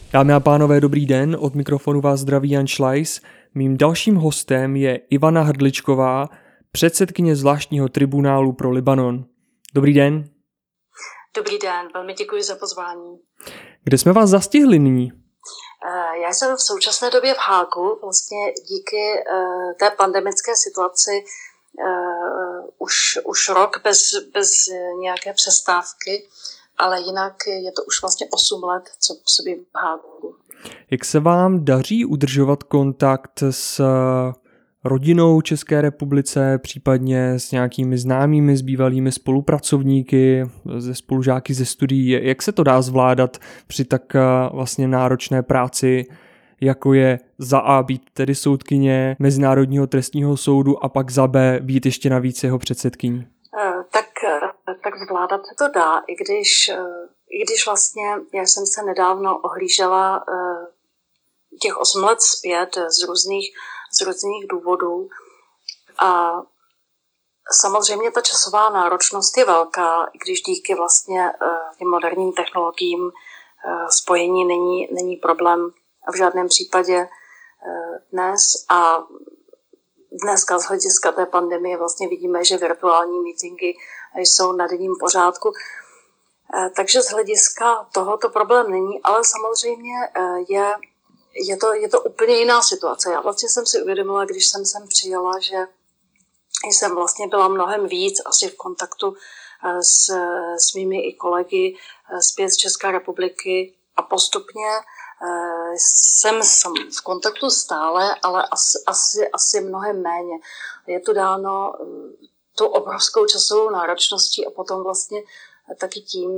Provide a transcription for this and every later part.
Dámy a pánové, dobrý den, od mikrofonu vás zdraví Jan Šlajs. Mým dalším hostem je Ivana Hrdličková, předsedkyně zvláštního tribunálu pro Libanon. Dobrý den. Dobrý den, velmi děkuji za pozvání. Kde jsme vás zastihli nyní? Já jsem v současné době v Hágu, vlastně díky té pandemické situaci už rok bez nějaké přestávky, ale jinak je to už vlastně 8 let, co působím v Hágu. Jak se vám daří udržovat kontakt s rodinou České republice, případně s nějakými známými, s bývalými spolupracovníky, se spolužáky ze studií? Jak se to dá zvládat při tak vlastně náročné práci, jako je za A být tedy soudkyně Mezinárodního trestního soudu a pak za B být ještě navíc jeho předsedkyní? Tak zvládat se to dá, i když vlastně já jsem se nedávno ohlížela těch 8 let zpět z různých důvodů a samozřejmě ta časová náročnost je velká, i když díky vlastně těm moderním technologiím spojení není problém v žádném případě dnes. A dneska z hlediska té pandemie vlastně vidíme, že virtuální meetingy jsou na denním pořádku. Takže z hlediska tohoto problém není, ale samozřejmě je to úplně jiná situace. Já vlastně jsem si uvědomila, když jsem sem přijela, že jsem vlastně byla mnohem víc asi v kontaktu s mými i kolegy zpět z České republiky a postupně jsem v kontaktu stále, ale asi mnohem méně. Je to dáno tou obrovskou časovou náročností a potom vlastně taky tím,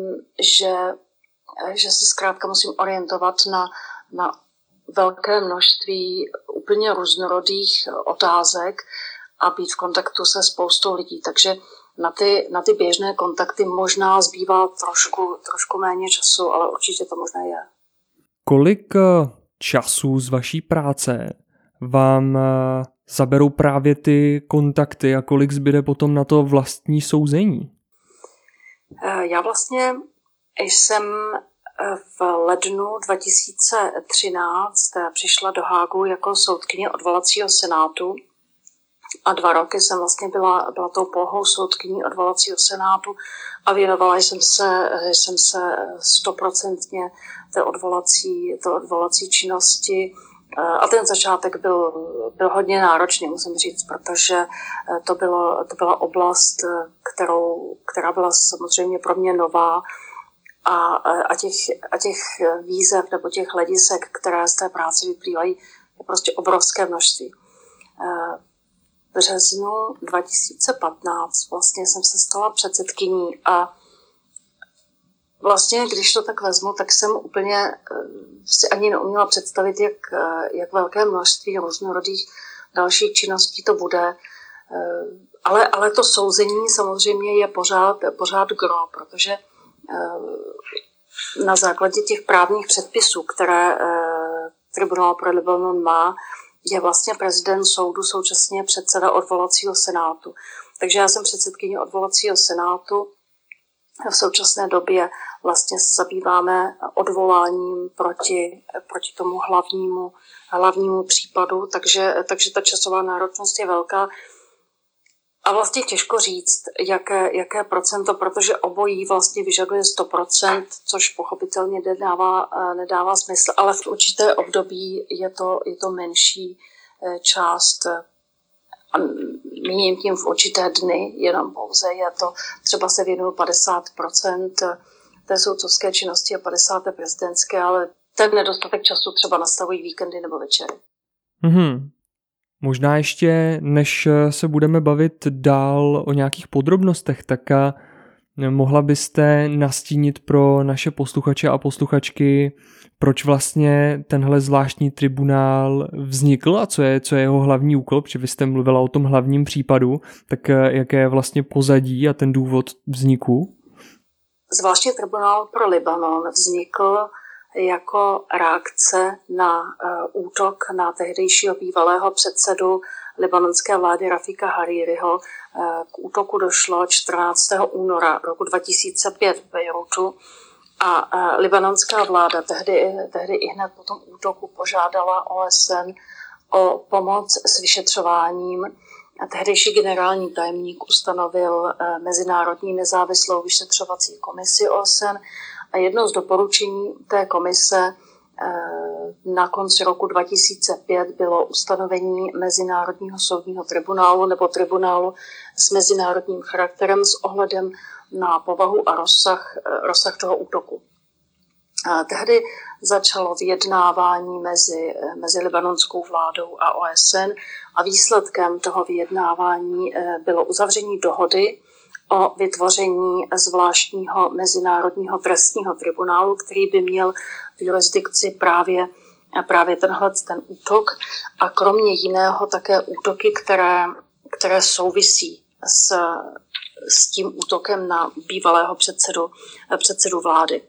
že se zkrátka musím orientovat na velké množství úplně různorodých otázek a být v kontaktu se spoustou lidí. Takže na ty běžné kontakty možná zbývá trošku méně času, ale určitě to možná je. Kolik času z vaší práce vám zaberou právě ty kontakty a kolik zbyde potom na to vlastní souzení? Já vlastně jsem v lednu 2013 přišla do Hágu jako soudkyně odvolacího senátu a 2 roky jsem vlastně byla tou pouhou soudkyní odvolacího senátu a věnovala jsem se 100% té odvolací činnosti. A ten začátek byl hodně náročný, musím říct, protože to byla oblast, která byla samozřejmě pro mě nová a těch výzev nebo těch hledisek, které z té práce vyplývají, je prostě obrovské množství. V březnu 2015 vlastně jsem se stala předsedkyní a vlastně, když to tak vezmu, tak jsem úplně si ani neuměla představit, jak velké množství různorodých dalších činností to bude. Ale to souzení samozřejmě je pořád gro, protože na základě těch právních předpisů, které Tribunál pro Libanon má, je vlastně prezident soudu současně předseda odvolacího senátu. Takže já jsem předsedkyně odvolacího senátu. V současné době vlastně se zabýváme odvoláním proti tomu hlavnímu případu, takže ta časová náročnost je velká. A vlastně těžko říct, jaké procento, protože obojí vlastně vyžaduje 100%, což pochopitelně nedává smysl, ale v určité období je to menší část. A míním tím v určité dny, jenom pouze je to, třeba se věnuju 50% té soudcovské činnosti a 50% prezidentské, ale ten nedostatek času třeba nastavují víkendy nebo večery. Možná ještě, než se budeme bavit dál o nějakých podrobnostech, tak mohla byste nastínit pro naše posluchače a posluchačky, proč vlastně tenhle zvláštní tribunál vznikl a co je jeho hlavní úkol, protože vy jste mluvila o tom hlavním případu, tak jaké je vlastně pozadí a ten důvod vzniku? Zvláštní tribunál pro Libanon vznikl jako reakce na útok na tehdejšího bývalého předsedu libanonské vlády Rafika Haririho. K útoku došlo 14. února roku 2005 v Bejrutu A libanonská vláda tehdy i hned po tom útoku požádala OSN o pomoc s vyšetřováním. A tehdejší generální tajemník ustanovil Mezinárodní nezávislou vyšetřovací komisi OSN a jedno z doporučení té komise na konci roku 2005 bylo ustanovení Mezinárodního soudního tribunálu nebo tribunálu s mezinárodním charakterem s ohledem na povahu a rozsah toho útoku. A tehdy začalo vyjednávání mezi libanonskou vládou a OSN a výsledkem toho vyjednávání bylo uzavření dohody o vytvoření zvláštního mezinárodního trestního tribunálu, který by měl v jurisdikci právě ten útok a kromě jiného také útoky, které souvisí s tím útokem na bývalého předsedu vlády.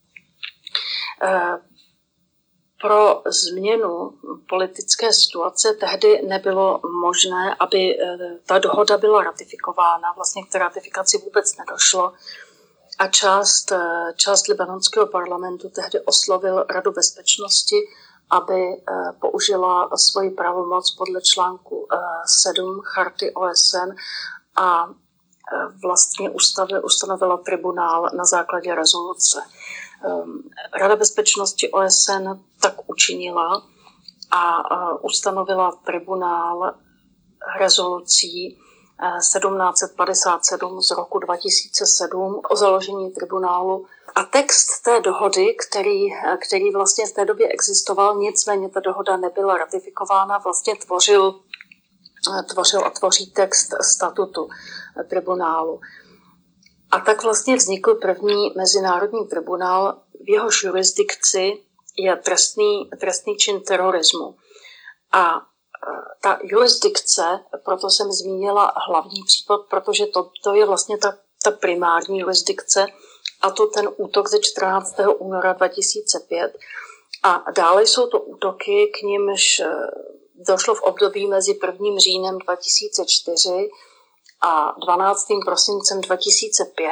Pro změnu politické situace tehdy nebylo možné, aby ta dohoda byla ratifikována. Vlastně k té ratifikaci vůbec nedošlo. A část libanonského parlamentu tehdy oslovil Radu bezpečnosti, aby použila svoji pravomoc podle článku 7 Charty OSN a vlastně ustanovila tribunál na základě rezoluce. Rada bezpečnosti OSN tak učinila a ustanovila tribunál rezolucí 1757 z roku 2007 o založení tribunálu. A text té dohody, který vlastně v té době existoval, nicméně ta dohoda nebyla ratifikována, vlastně tvořil a tvoří text statutu tribunálu. A tak vlastně vznikl první mezinárodní tribunál, v jehož jurisdikci je trestný čin terorismu. A ta jurisdikce, proto jsem zmínila hlavní případ, protože to je vlastně ta primární jurisdikce, a to ten útok ze 14. února 2005. A dále jsou to útoky, k nimž došlo v období mezi 1. říjnem 2004 a 12. prosincem 2005,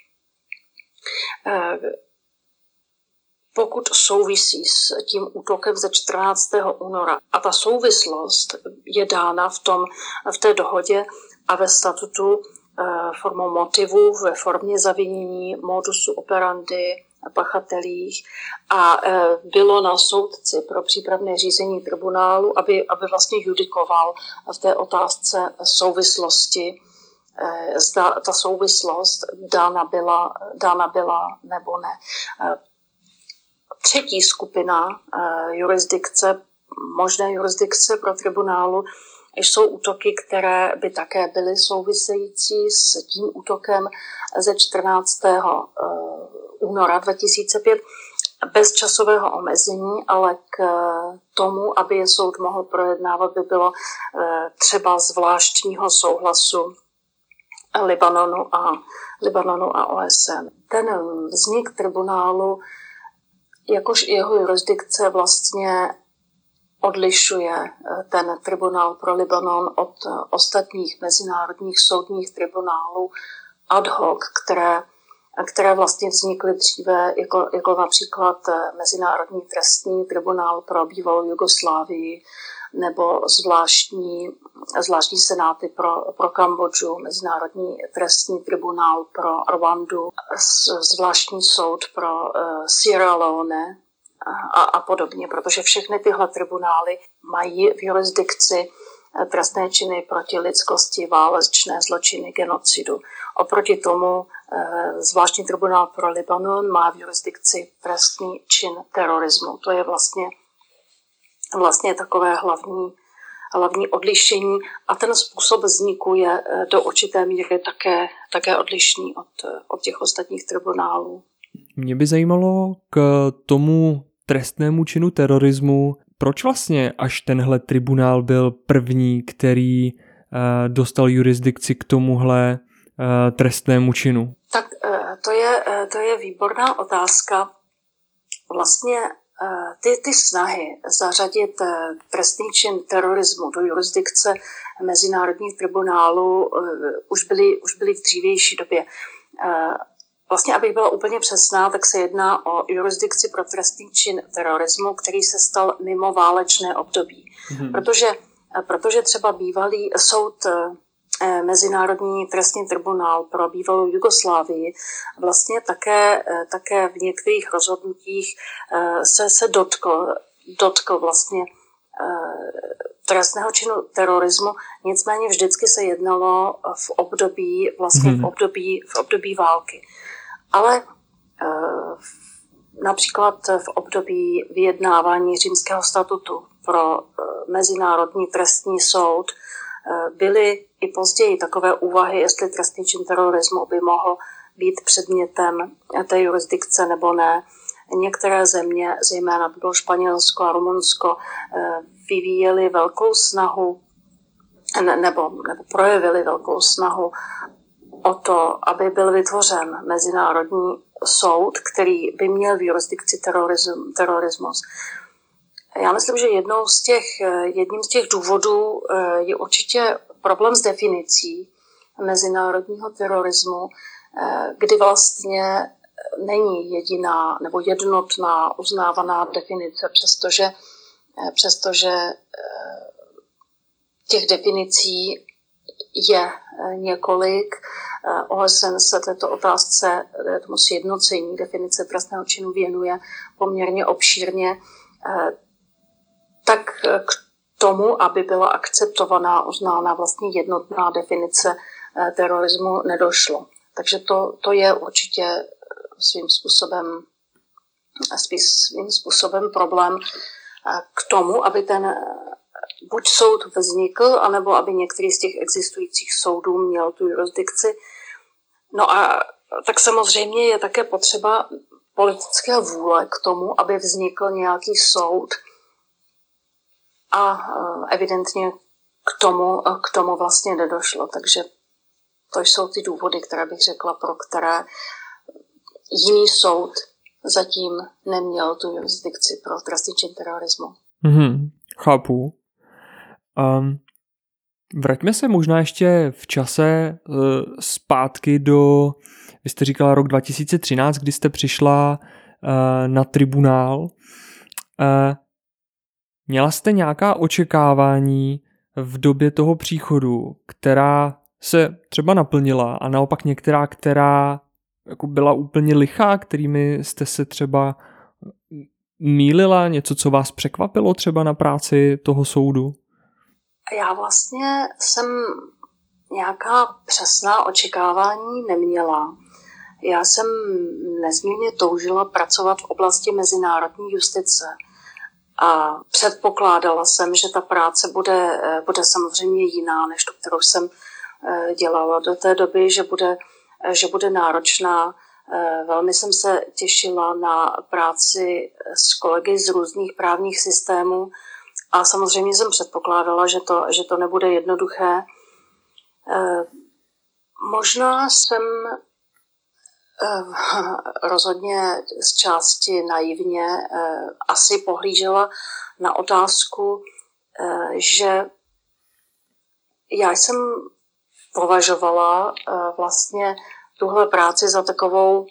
pokud souvisí s tím útokem ze 14. února. A ta souvislost je dána v té dohodě a ve statutu formou motivu, ve formě zavinění, modusu operandi, pachatelích a bylo na soudci pro přípravné řízení tribunálu, aby vlastně judikoval v té otázce souvislosti, zda ta souvislost dána byla nebo ne. Třetí skupina možné jurisdikce pro tribunálu jsou útoky, které by také byly související s tím útokem ze 14. února 2005 bez časového omezení, ale k tomu, aby je soud mohl projednávat, by bylo třeba zvláštního souhlasu Libanonu a OSN. Ten vznik tribunálu, jakož i jeho jurisdikce, vlastně odlišuje ten tribunál pro Libanon od ostatních mezinárodních soudních tribunálů ad hoc, které vlastně vznikly dříve, jako například Mezinárodní trestní tribunál pro bývalou Jugoslávii nebo zvláštní senáty pro Kambodžu, Mezinárodní trestní tribunál pro Rwandu, zvláštní soud pro Sierra Leone a podobně, protože všechny tyhle tribunály mají v jurisdikci trestné činy proti lidskosti, válečné zločiny, genocidu. Oproti tomu zvláštní tribunál pro Libanon má v jurisdikci trestný čin terorismu. To je vlastně takové hlavní odlišení a ten způsob vzniku je do určité míry také odlišný od těch ostatních tribunálů. Mě by zajímalo k tomu trestnému činu terorismu, proč vlastně až tenhle tribunál byl první, který dostal jurisdikci k tomuhle trestnému činu? Tak to je výborná otázka. Vlastně ty snahy zařadit trestný čin terorismu do jurisdikce mezinárodních tribunálů už byly v dřívější době. Vlastně, abych byla úplně přesná, tak se jedná o jurisdikci pro trestný čin terorismu, který se stal mimo válečné období. Protože třeba bývalý soud, Mezinárodní trestní tribunál pro bývalou Jugoslávii vlastně také v některých rozhodnutích se dotkl vlastně trestného činu terorismu, nicméně vždycky se jednalo v období války. Ale například v období vyjednávání Římského statutu pro Mezinárodní trestní soud byly i později takové úvahy, jestli trestný čin terorismu by mohl být předmětem té jurisdikce nebo ne. Některé země, zejména to bylo Španělsko a Rumunsko, vyvíjeli velkou snahu nebo projevili velkou snahu o to, aby byl vytvořen mezinárodní soud, který by měl v jurisdikci terorismus. Já myslím, že jedním z těch důvodů je určitě problém s definicí mezinárodního terorismu, kdy vlastně není jediná nebo jednotná uznávaná definice, přestože těch definicí je několik. OSN se této otázce, tomu sjednocení definice trestného činu věnuje poměrně obšírně, tak k tomu, aby byla akceptovaná, uznána vlastně jednotná definice terorismu, nedošlo. Takže to je určitě svým způsobem problém k tomu, aby ten buď soud vznikl, anebo aby některý z těch existujících soudů měl tu jurisdikci. No a tak samozřejmě je také potřeba politické vůle k tomu, aby vznikl nějaký soud, a evidentně k tomu vlastně nedošlo. Takže to jsou ty důvody, které bych řekla, pro které jiný soud zatím neměl tu jurisdikci pro trestný čin terorismu. Chápu. Vraťme se možná ještě v čase zpátky vy jste říkala rok 2013, kdy jste přišla na tribunál. Měla jste nějaká očekávání v době toho příchodu, která se třeba naplnila, a naopak některá, která jako byla úplně lichá, kterými jste se třeba mýlila, něco, co vás překvapilo třeba na práci toho soudu? Já vlastně jsem nějaká přesná očekávání neměla. Já jsem nezmírně toužila pracovat v oblasti mezinárodní justice. A předpokládala jsem, že ta práce bude samozřejmě jiná, než tu, kterou jsem dělala do té doby, že bude náročná. Velmi jsem se těšila na práci s kolegy z různých právních systémů a samozřejmě jsem předpokládala, že to nebude jednoduché. Možná jsem rozhodně z části naivně asi pohlížela na otázku, že já jsem považovala vlastně tuhle práci za takovou,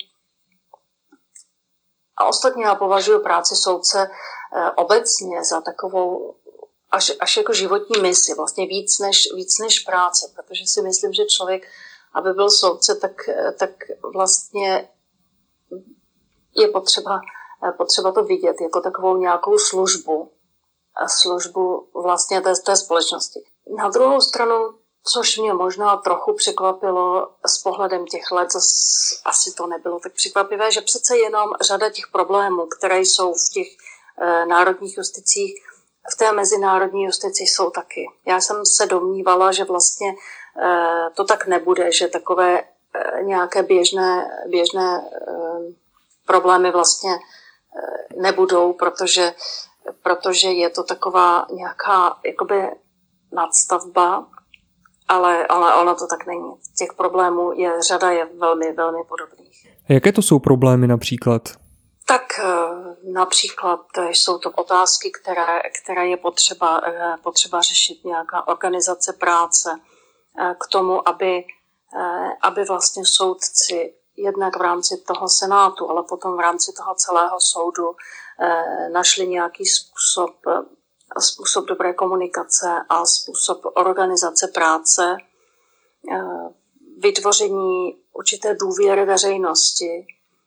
a ostatně já považuji práci soudce obecně za takovou až jako životní misi, vlastně víc než práce, protože si myslím, že člověk, aby byl soudce, tak vlastně je potřeba to vidět jako takovou nějakou službu vlastně té společnosti. Na druhou stranu, což mě možná trochu překvapilo s pohledem těch let, asi to nebylo tak překvapivé, že přece jenom řada těch problémů, které jsou v těch národních justicích, v té mezinárodní justici jsou taky. Já jsem se domnívala, že vlastně to tak nebude, že takové nějaké běžné problémy vlastně nebudou, protože je to taková nějaká jakoby nadstavba, ale ono to tak není. Těch problémů řada je velmi, velmi podobných. Jaké to jsou problémy například? Tak například jsou to otázky, které je potřeba řešit, nějaká organizace práce k tomu, aby vlastně soudci jednak v rámci toho senátu, ale potom v rámci toho celého soudu našli nějaký způsob dobré komunikace a způsob organizace práce, vytvoření určité důvěry veřejnosti,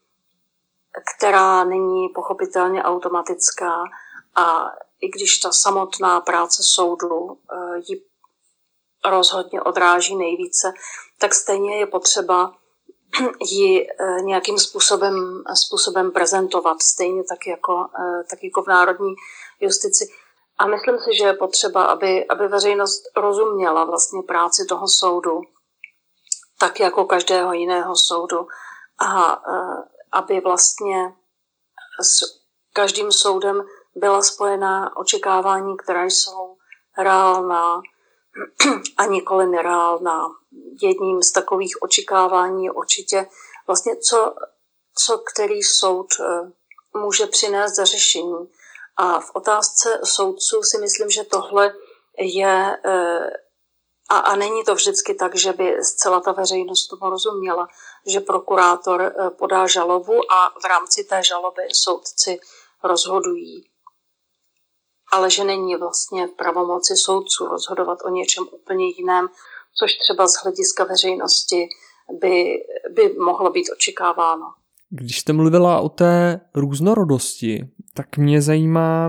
která není pochopitelně automatická, a i když ta samotná práce soudu ji rozhodně odráží nejvíce, tak stejně je potřeba ji nějakým způsobem prezentovat, stejně tak jako v národní justici. A myslím si, že je potřeba, aby veřejnost rozuměla vlastně práci toho soudu, tak jako každého jiného soudu, a aby vlastně s každým soudem byla spojená očekávání, která jsou reálná a nikoli nereálná. Jedním z takových očekávání je určitě vlastně, co který soud může přinést za řešení. A v otázce soudců si myslím, že tohle je, a není to vždycky tak, že by zcela ta veřejnost tomu rozuměla, že prokurátor podá žalobu a v rámci té žaloby soudci rozhodují. Ale že není vlastně v pravomoci soudců rozhodovat o něčem úplně jiném, což třeba z hlediska veřejnosti by mohlo být očekáváno. Když jste mluvila o té různorodosti, tak mě zajímá,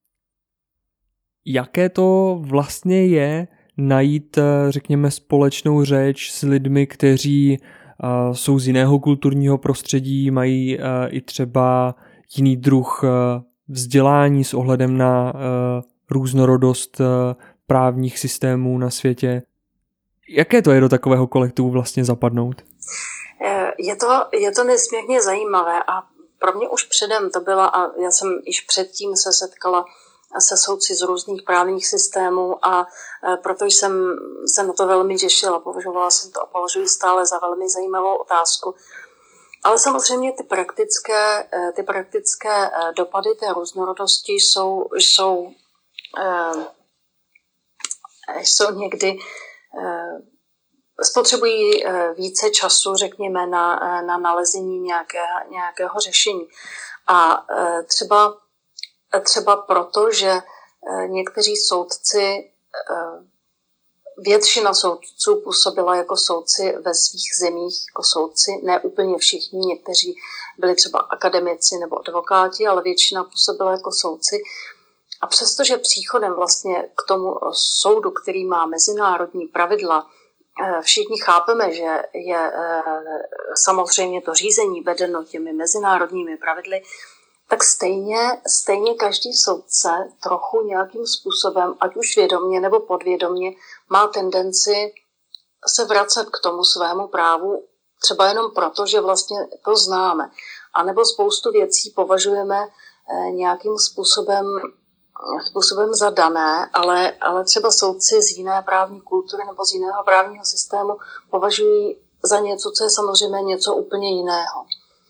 jaké to vlastně je najít, řekněme, společnou řeč s lidmi, kteří jsou z jiného kulturního prostředí, mají i třeba jiný druh vzdělání s ohledem na různorodost právních systémů na světě. Jaké to je do takového kolektivu vlastně zapadnout? Je to nesmírně zajímavé a pro mě už předem to byla, a já jsem již předtím se setkala se soudci z různých právních systémů, a proto jsem se na to velmi těšila. Považovala jsem to a považuji stále za velmi zajímavou otázku. Ale samozřejmě ty praktické dopady té různorodosti jsou někdy spotřebují více času, řekněme, na nalezení nějakého řešení. A třeba proto, že někteří soudci, většina soudců působila jako soudci ve svých zemích, jako soudci, ne úplně všichni, někteří byli třeba akademici nebo advokáti, ale většina působila jako soudci. A přestože příchodem vlastně k tomu soudu, který má mezinárodní pravidla, všichni chápeme, že je samozřejmě to řízení vedeno těmi mezinárodními pravidly, tak stejně každý soudce trochu nějakým způsobem, ať už vědomě nebo podvědomě, má tendenci se vracet k tomu svému právu, třeba jenom proto, že vlastně to známe. A nebo spoustu věcí považujeme nějakým způsobem za dané, ale třeba soudci z jiné právní kultury nebo z jiného právního systému považují za něco, co je samozřejmě něco úplně jiného.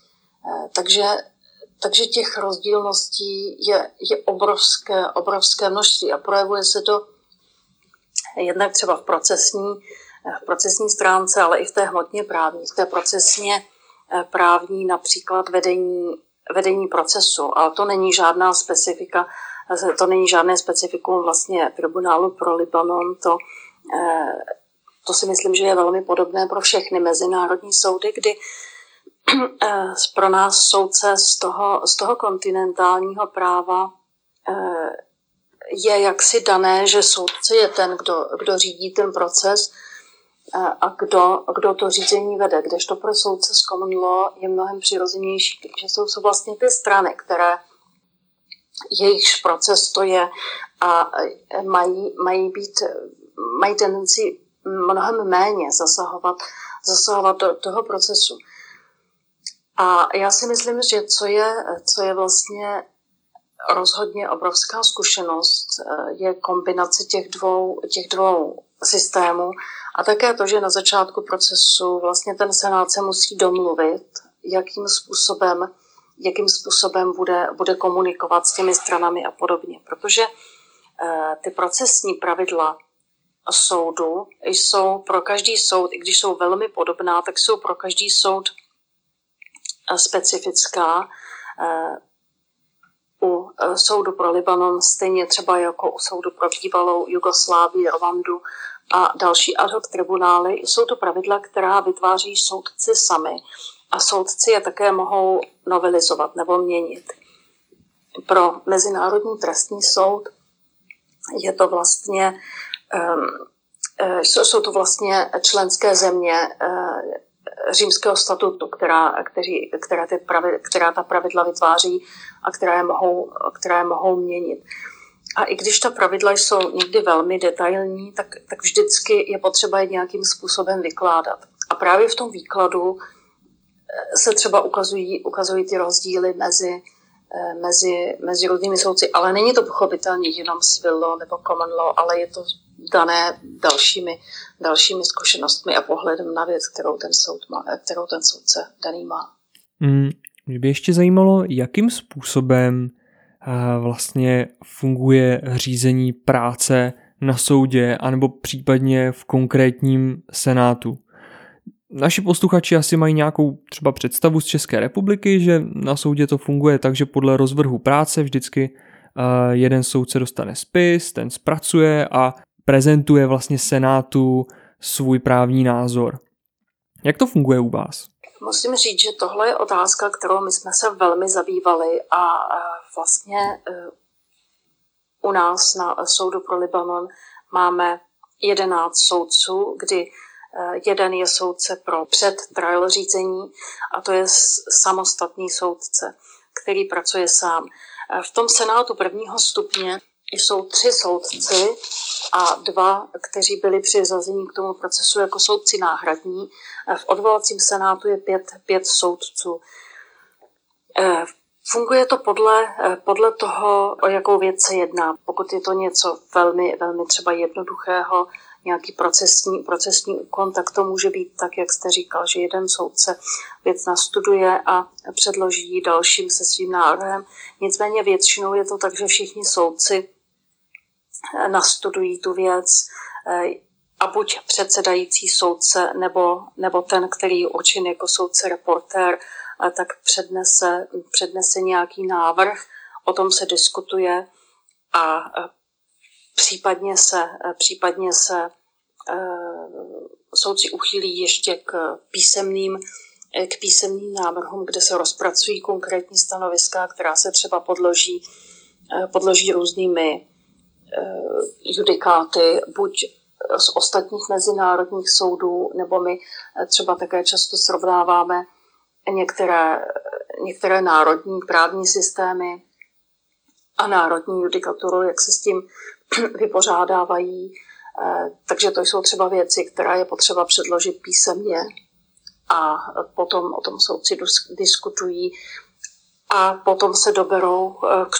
Takže těch rozdílností je obrovské množství a projevuje se to jednak třeba v procesní stránce, ale i v té hmotně právní, v té procesně právní, například vedení procesu. Ale to není žádná specifika, to není žádné specifikum vlastně tribunálu pro Libanon. To si myslím, že je velmi podobné pro všechny mezinárodní soudy, kdy pro nás soudce z toho kontinentálního práva je jaksi dané, že soudce je ten, kdo řídí ten proces a kdo to řízení vede, kdežto pro soudce z common law je mnohem přirozenější, protože jsou vlastně ty strany, které jejichž proces to je a mají tendenci mnohem méně zasahovat do toho procesu. A já si myslím, že co je vlastně rozhodně obrovská zkušenost, je kombinace těch dvou systémů a také to, že na začátku procesu vlastně ten senát se musí domluvit, jakým způsobem bude komunikovat s těmi stranami a podobně. Protože ty procesní pravidla soudu jsou pro každý soud, i když jsou velmi podobná, tak jsou pro každý soud specifická u soudu pro Libanon, stejně třeba jako u soudu pro bývalou Jugoslávii, Rwandu a další ad hoc tribunály. Jsou to pravidla, která vytváří soudci sami a soudci je také mohou novelizovat nebo měnit. Pro Mezinárodní trestní soud je to vlastně, jsou to vlastně členské země Římského statutu, která ta pravidla vytváří a která je mohou měnit. A i když ta pravidla jsou někdy velmi detailní, tak vždycky je potřeba je nějakým způsobem vykládat. A právě v tom výkladu se třeba ukazují ty rozdíly mezi různými soudci, ale není to pochopitelně jenom civil law nebo common law, ale je to dané dalšími zkušenostmi a pohledem na věc, kterou ten soudce daný má. Mě by ještě zajímalo, jakým způsobem vlastně funguje řízení práce na soudě anebo případně v konkrétním senátu. Naši posluchači asi mají nějakou třeba představu z České republiky, že na soudě to funguje tak, že podle rozvrhu práce vždycky jeden soudce dostane spis, ten zpracuje a prezentuje vlastně senátu svůj právní názor. Jak to funguje u vás? Musím říct, že tohle je otázka, kterou my jsme se velmi zabývali a vlastně u nás na soudu pro Libanon máme 11 soudců, kdy jeden je soudce pro předtrial řízení a to je samostatný soudce, který pracuje sám. V tom senátu prvního stupně jsou 3 soudci a 2, kteří byli přiřazeni k tomu procesu jako soudci náhradní. V odvolacím senátu je 5 soudců. Funguje to podle toho, o jakou věc se jedná. Pokud je to něco velmi, velmi třeba jednoduchého, nějaký procesní úkon, tak to může být tak, jak jste říkal, že jeden soudce věc nastuduje a předloží dalším se svým návrhem. Nicméně většinou je to tak, že všichni soudci nastudují tu věc a buď předsedající soudce nebo ten, který je určen jako soudce reportér, tak přednese nějaký návrh, o tom se diskutuje a případně se soudci uchýlí ještě k písemným návrhům, kde se rozpracují konkrétní stanoviska, která se třeba podloží různými judikáty, buď z ostatních mezinárodních soudů, nebo my třeba také často srovnáváme některé národní právní systémy a národní judikaturu, jak se s tím vypořádávají. Takže to jsou třeba věci, které je potřeba předložit písemně a potom o tom soudci diskutují a potom se doberou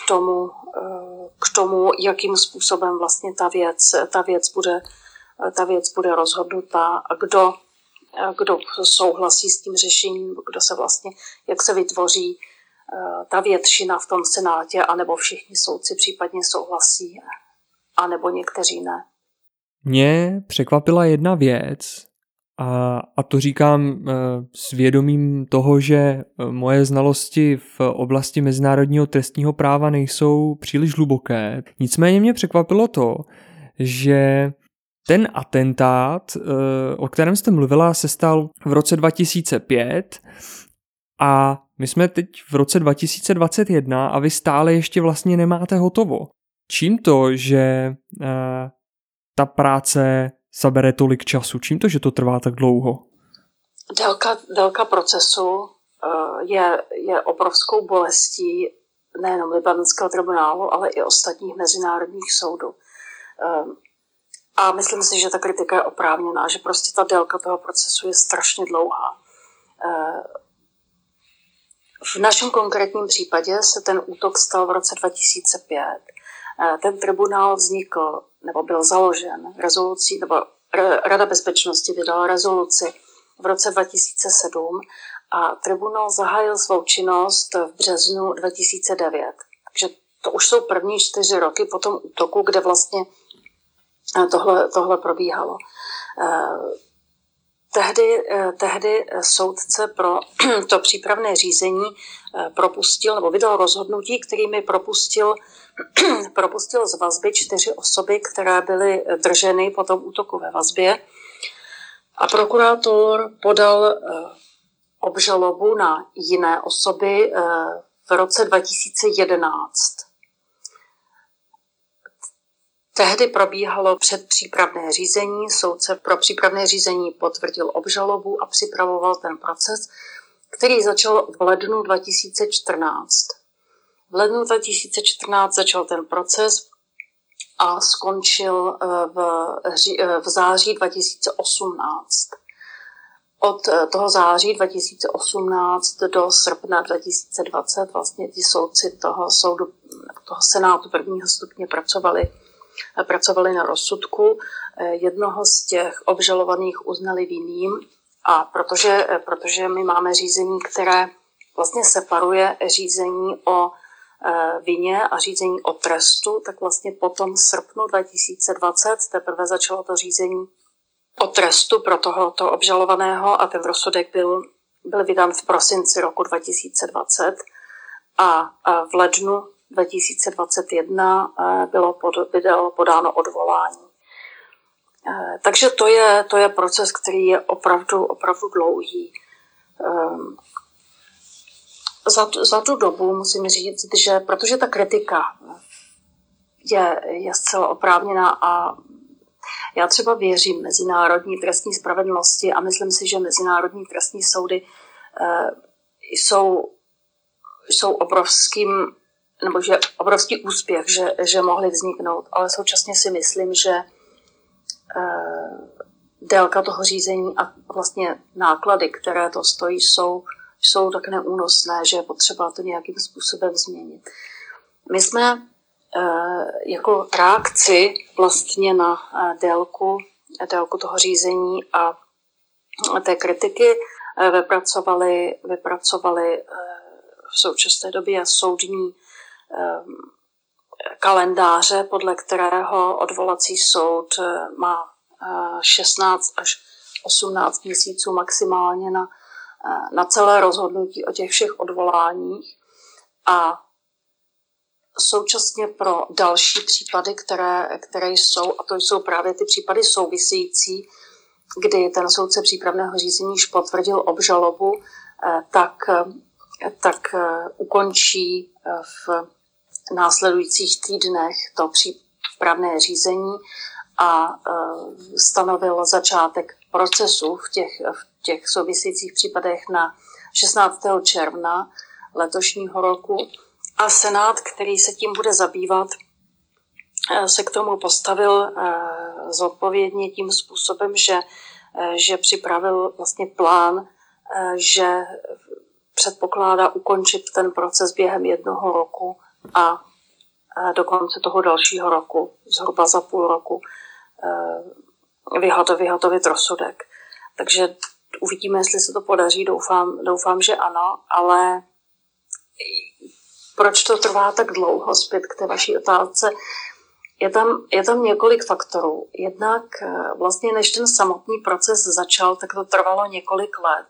k tomu, jakým způsobem vlastně ta věc bude rozhodnutá a kdo souhlasí s tím řešením, kdo se vlastně, jak se vytvoří ta většina v tom senátě, anebo všichni soudci případně souhlasí, anebo někteří ne. Mě překvapila jedna věc a to říkám s vědomím toho, že moje znalosti v oblasti mezinárodního trestního práva nejsou příliš hluboké. Nicméně mě překvapilo to, že ten atentát, o kterém jste mluvila, se stal v roce 2005 a my jsme teď v roce 2021 a vy stále ještě vlastně nemáte hotovo. Čím to, že ta práce zabere tolik času? Čím to, že to trvá tak dlouho? Délka procesu je obrovskou bolestí nejenom libanonského tribunálu, ale i ostatních mezinárodních soudů. A myslím si, že ta kritika je oprávněná, že prostě ta délka toho procesu je strašně dlouhá. V našem konkrétním případě se ten útok stal v roce 2005. Ten tribunál vznikl, nebo byl založen rezolucí, nebo Rada bezpečnosti vydala rezoluci v roce 2007 a tribunál zahájil svou činnost v březnu 2009. Takže to už jsou první 4 roky po tom útoku, kde vlastně tohle probíhalo. tehdy soudce pro to přípravné řízení propustil nebo vydal rozhodnutí, kterými propustil z vazby 4 osoby, které byly drženy po tom útoku ve vazbě. A prokurátor podal obžalobu na jiné osoby v roce 2011. Tehdy probíhalo předpřípravné řízení, soudce pro přípravné řízení potvrdil obžalobu a připravoval ten proces, který začal v lednu 2014. V lednu 2014 začal ten proces a skončil v září 2018. Od toho září 2018 do srpna 2020 vlastně ti soudci toho senátu prvního stupně pracovali na rozsudku. Jednoho z těch obžalovaných uznali vinným a protože my máme řízení, které vlastně separuje řízení o vině a řízení o trestu, tak vlastně potom v srpnu 2020 teprve začalo to řízení o trestu pro tohoto obžalovaného a ten rozsudek byl vydán v prosinci roku 2020 a v lednu 2021 bylo podáno odvolání. Takže to je proces, který je opravdu dlouhý. Za tu dobu musím říct, že protože ta kritika je zcela oprávněná a já třeba věřím mezinárodní trestní spravedlnosti a myslím si, že mezinárodní trestní soudy jsou obrovský úspěch, že mohly vzniknout, ale současně si myslím, že délka toho řízení a vlastně náklady, které to stojí, jsou tak neúnosné, že je potřeba to nějakým způsobem změnit. My jsme jako reakci vlastně na délku toho řízení a té kritiky vypracovali v současné době soudní kalendáře, podle kterého odvolací soud má 16 až 18 měsíců maximálně na celé rozhodnutí o těch všech odvoláních a současně pro další případy, které jsou, a to jsou právě ty případy související, kdy ten soudce přípravného řízení již potvrdil obžalobu, tak ukončí v následujících týdnech to přípravné řízení a stanovil začátek procesu v těch souvisejících případech na 16. června letošního roku. A senát, který se tím bude zabývat, se k tomu postavil zodpovědně tím způsobem, že připravil vlastně plán, že předpokládá ukončit ten proces během 1 roku a do konce toho dalšího roku, zhruba za půl roku, vyhotovit rozsudek. Takže uvidíme, jestli se to podaří, doufám, že ano, ale proč to trvá tak dlouho, zpět k té vaší otázce, je tam několik faktorů. Jednak vlastně, než ten samotný proces začal, tak to trvalo několik let.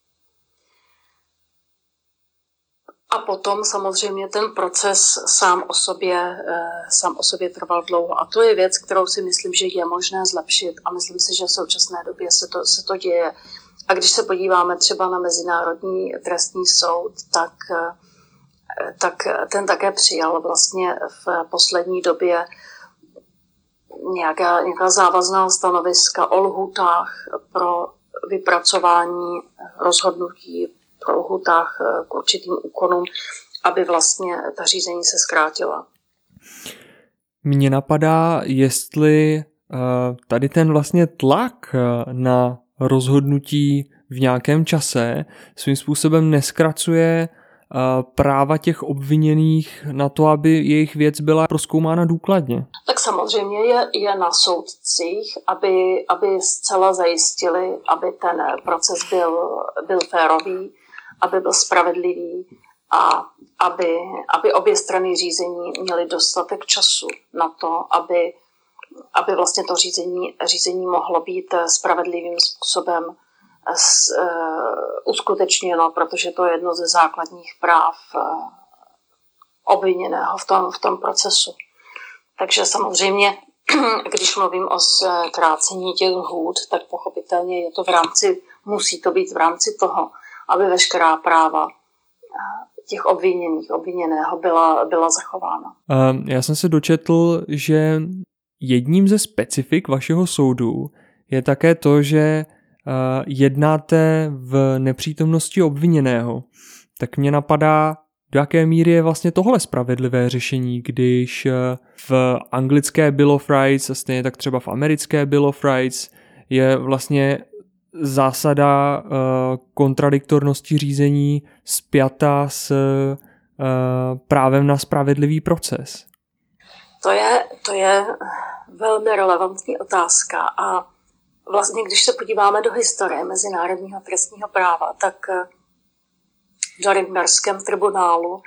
A potom samozřejmě ten proces sám o sobě trval dlouho. A to je věc, kterou si myslím, že je možné zlepšit. A myslím si, že v současné době se to děje. A když se podíváme třeba na Mezinárodní trestní soud, tak ten také přijal vlastně v poslední době nějaká závazná stanoviska o lhůtách pro vypracování rozhodnutí, pro lhůtách k určitým úkonům, aby vlastně ta řízení se zkrátila. Mně napadá, jestli tady ten vlastně tlak na rozhodnutí v nějakém čase svým způsobem neskracuje práva těch obviněných na to, aby jejich věc byla prozkoumána důkladně. Tak samozřejmě je na soudcích, aby zcela zajistili, aby ten proces byl férový, aby byl spravedlivý a aby obě strany řízení měly dostatek času na to, aby vlastně to řízení mohlo být spravedlivým způsobem uskutečněno, protože to je jedno ze základních práv obviněného v tom procesu. Takže samozřejmě, když mluvím o zkrácení těch lhůt, tak pochopitelně je to musí to být v rámci toho, aby veškerá práva těch obviněného byla zachována. Já jsem se dočetl, že jedním ze specifik vašeho soudu je také to, že jednáte v nepřítomnosti obviněného. Tak mě napadá, do jaké míry je vlastně tohle spravedlivé řešení, když v anglické Bill of Rights a stejně tak třeba v americké Bill of Rights je vlastně zásada kontradiktornosti řízení spjata s právem na spravedlivý proces. To je velmi relevantní otázka a vlastně, když se podíváme do historie mezinárodního trestního práva, tak v Norimberském tribunálu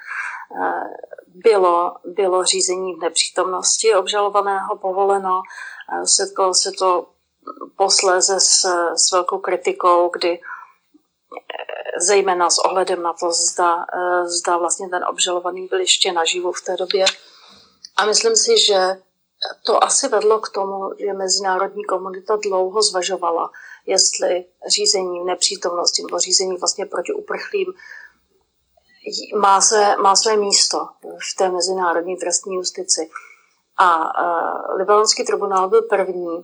bylo řízení v nepřítomnosti obžalovaného povoleno. Setkalo se to posléze s velkou kritikou, kdy zejména s ohledem na to, zda vlastně ten obžalovaný byl ještě naživu v té době. A myslím si, že to asi vedlo k tomu, že mezinárodní komunita dlouho zvažovala, jestli řízení v nepřítomnosti nebo řízení vlastně proti uprchlým má své místo v té mezinárodní trestní justici. A Libanonský tribunál byl první,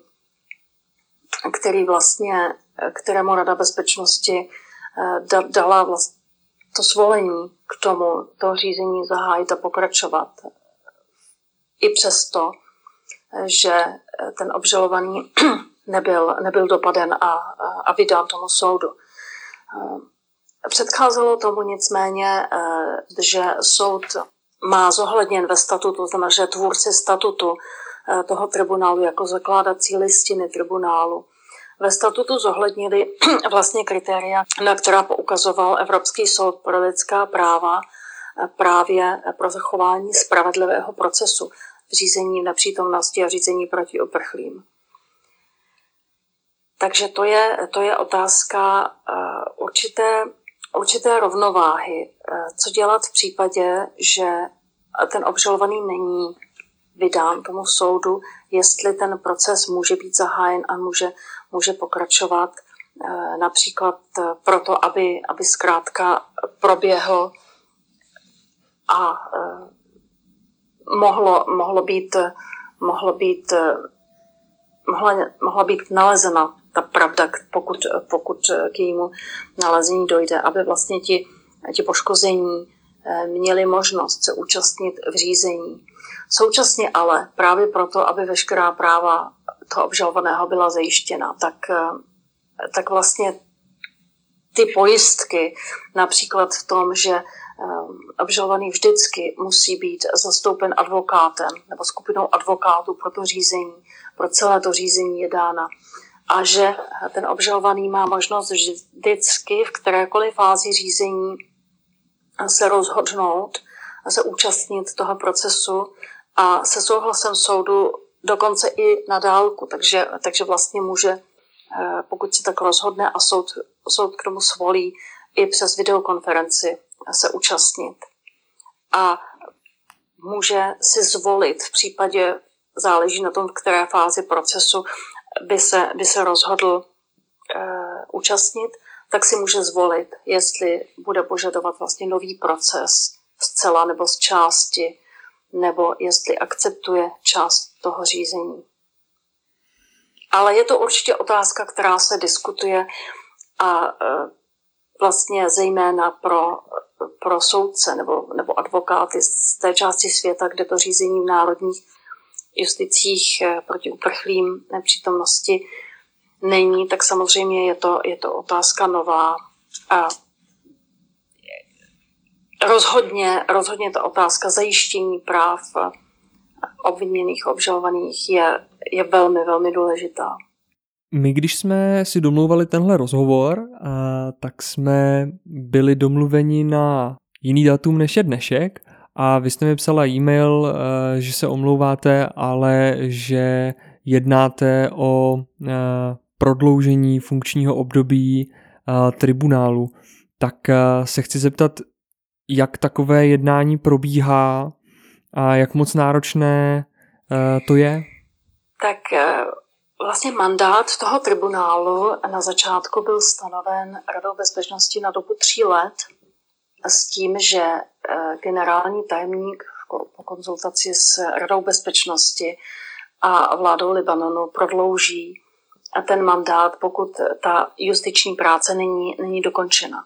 kterému Rada bezpečnosti dala vlastně to svolení k tomu to řízení zahájit a pokračovat. I přesto, že ten obžalovaný nebyl dopaden a vydán tomu soudu. Předcházelo tomu nicméně, že soud má zohledněn ve statutu, to znamená, že tvůrci statutu toho tribunálu jako zakládací listiny tribunálu ve statutu zohlednili vlastně kritéria, na která poukazoval Evropský soud pro lidská práva právě pro zachování spravedlivého procesu v řízení v nepřítomnosti a řízení proti uprchlým. Takže to je otázka určité rovnováhy. Co dělat v případě, že ten obžalovaný není vydán tomu soudu, jestli ten proces může být zahájen a může pokračovat například proto, aby zkrátka proběhl a mohla být nalezena ta pravda, pokud k jejímu nalezení dojde, aby vlastně ti poškození měli možnost se účastnit v řízení. Současně ale právě proto, aby veškerá práva toho obžalovaného byla zajištěna, tak vlastně ty pojistky, například v tom, že obžalovaný vždycky musí být zastoupen advokátem nebo skupinou advokátů pro to řízení, pro celé to řízení je dána. A že ten obžalovaný má možnost vždycky v kterékoliv fázi řízení se rozhodnout a se účastnit toho procesu a se souhlasem soudu dokonce i na dálku. Takže vlastně může, pokud se tak rozhodne a soud k tomu svolí, i přes videokonferenci se účastnit. A může si zvolit v případě, záleží na tom, v které fázi procesu by se rozhodl účastnit, tak si může zvolit, jestli bude požadovat vlastně nový proces zcela nebo z části, nebo jestli akceptuje část toho řízení. Ale je to určitě otázka, která se diskutuje a vlastně zejména pro soudce nebo advokáty z té části světa, kde to řízení v národních justicích proti uprchlým nepřítomnosti není, tak samozřejmě je to otázka nová. A rozhodně ta otázka zajištění práv obviněných, obžalovaných je velmi, velmi důležitá. My, když jsme si domlouvali tenhle rozhovor, tak jsme byli domluveni na jiný datum než je dnešek a vy jste mi psala e-mail, že se omlouváte, ale že jednáte o prodloužení funkčního období tribunálu. Tak se chci zeptat, jak takové jednání probíhá a jak moc náročné to je? Tak vlastně mandát toho tribunálu na začátku byl stanoven Radou bezpečnosti na dobu 3 let s tím, že generální tajemník po konzultaci s Radou bezpečnosti a vládou Libanonu prodlouží ten mandát, pokud ta justiční práce není dokončena.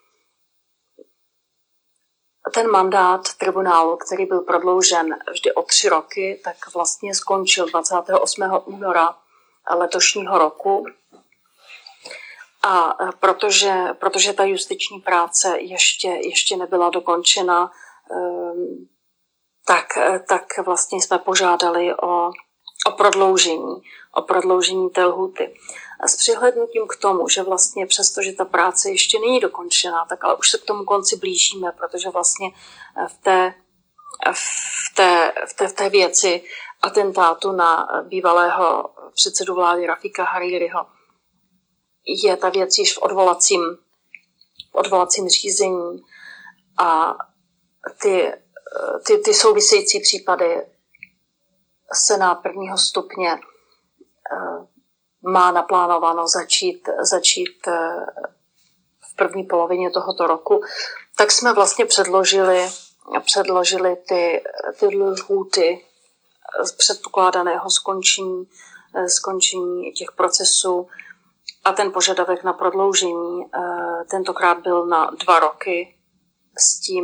Ten mandát tribunálu, který byl prodloužen vždy o 3 roky, tak vlastně skončil 28. února letošního roku. A protože ta justiční práce ještě nebyla dokončena, tak vlastně jsme požádali o prodloužení té lhůty. A s přihlédnutím k tomu, že vlastně přesto, že ta práce ještě není dokončená, tak ale už se k tomu konci blížíme, protože vlastně v té věci atentátu na bývalého předsedu vlády Rafika Haririho je ta věc již v odvolacím řízení a ty související případy Senát prvního stupně má naplánováno začít v první polovině tohoto roku, tak jsme vlastně předložili ty lhůty z předpokládaného skončení těch procesů a ten požadavek na prodloužení tentokrát byl na 2 roky s tím,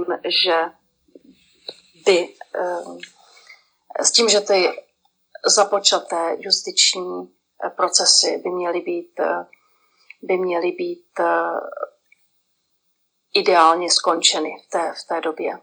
že ty započaté justiční procesy by měly být ideálně skončeny v té době.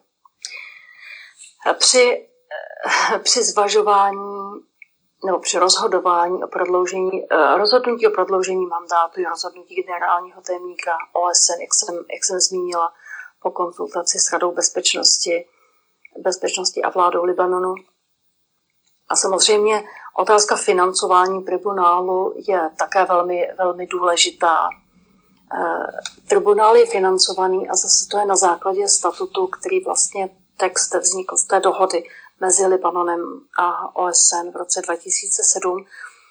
Při zvažování nebo při rozhodování o rozhodnutí o prodloužení mandátu je rozhodnutí generálního tajemníka OSN, jak jsem zmínila, po konzultaci s Radou bezpečnosti a vládou Libanonu. A samozřejmě otázka financování tribunálu je také velmi, velmi důležitá. Tribunál je financovaný a zase to je na základě statutu, který vlastně text vznikl z té dohody mezi Libanonem a OSN v roce 2007.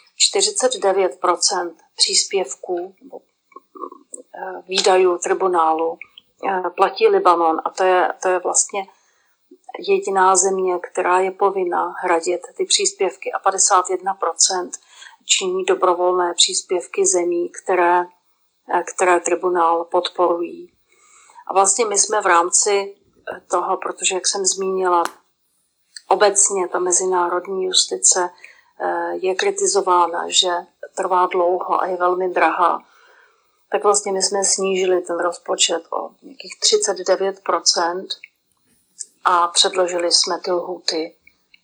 49% příspěvků výdajů tribunálu platí Libanon a to je vlastně jediná země, která je povinna hradit ty příspěvky a 51% činí dobrovolné příspěvky zemí, které tribunál podporují. A vlastně my jsme v rámci toho, protože jak jsem zmínila, obecně ta mezinárodní justice je kritizována, že trvá dlouho a je velmi drahá, tak vlastně my jsme snížili ten rozpočet o nějakých 39% a předložili jsme ty lhůty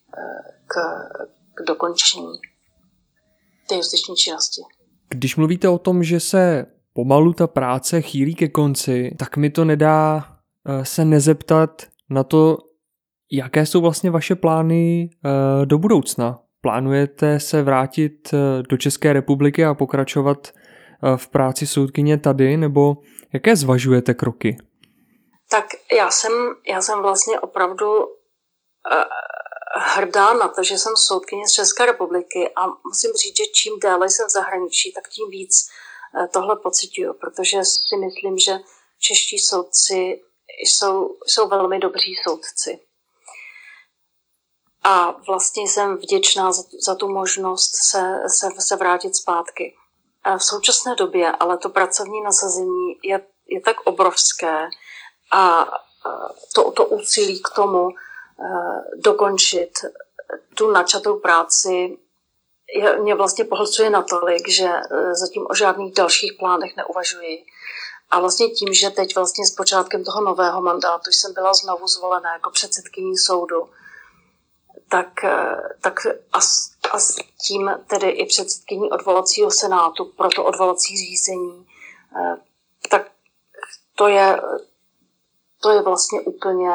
k dokončení té justiční činnosti. Když mluvíte o tom, že se pomalu ta práce chýlí ke konci, tak mi to nedá se nezeptat na to, jaké jsou vlastně vaše plány do budoucna. Plánujete se vrátit do České republiky a pokračovat v práci soudkyně tady, nebo jaké zvažujete kroky? Tak já jsem vlastně opravdu hrdá na to, že jsem soudkyně z České republiky a musím říct, že čím déle jsem v zahraničí, tak tím víc tohle pociťuju, protože si myslím, že čeští soudci jsou velmi dobří soudci. A vlastně jsem vděčná za tu možnost se vrátit zpátky. A v současné době ale to pracovní nasazení je tak obrovské a to úsilí k tomu dokončit tu načatou práci mě vlastně pohlcuje natolik, že zatím o žádných dalších plánech neuvažuji. A vlastně tím, že teď vlastně s počátkem toho nového mandátu jsem byla znovu zvolena jako předsedkyní soudu, tak a s tím tedy i předsedkyní odvolacího senátu pro to odvolací řízení, tak to je vlastně úplně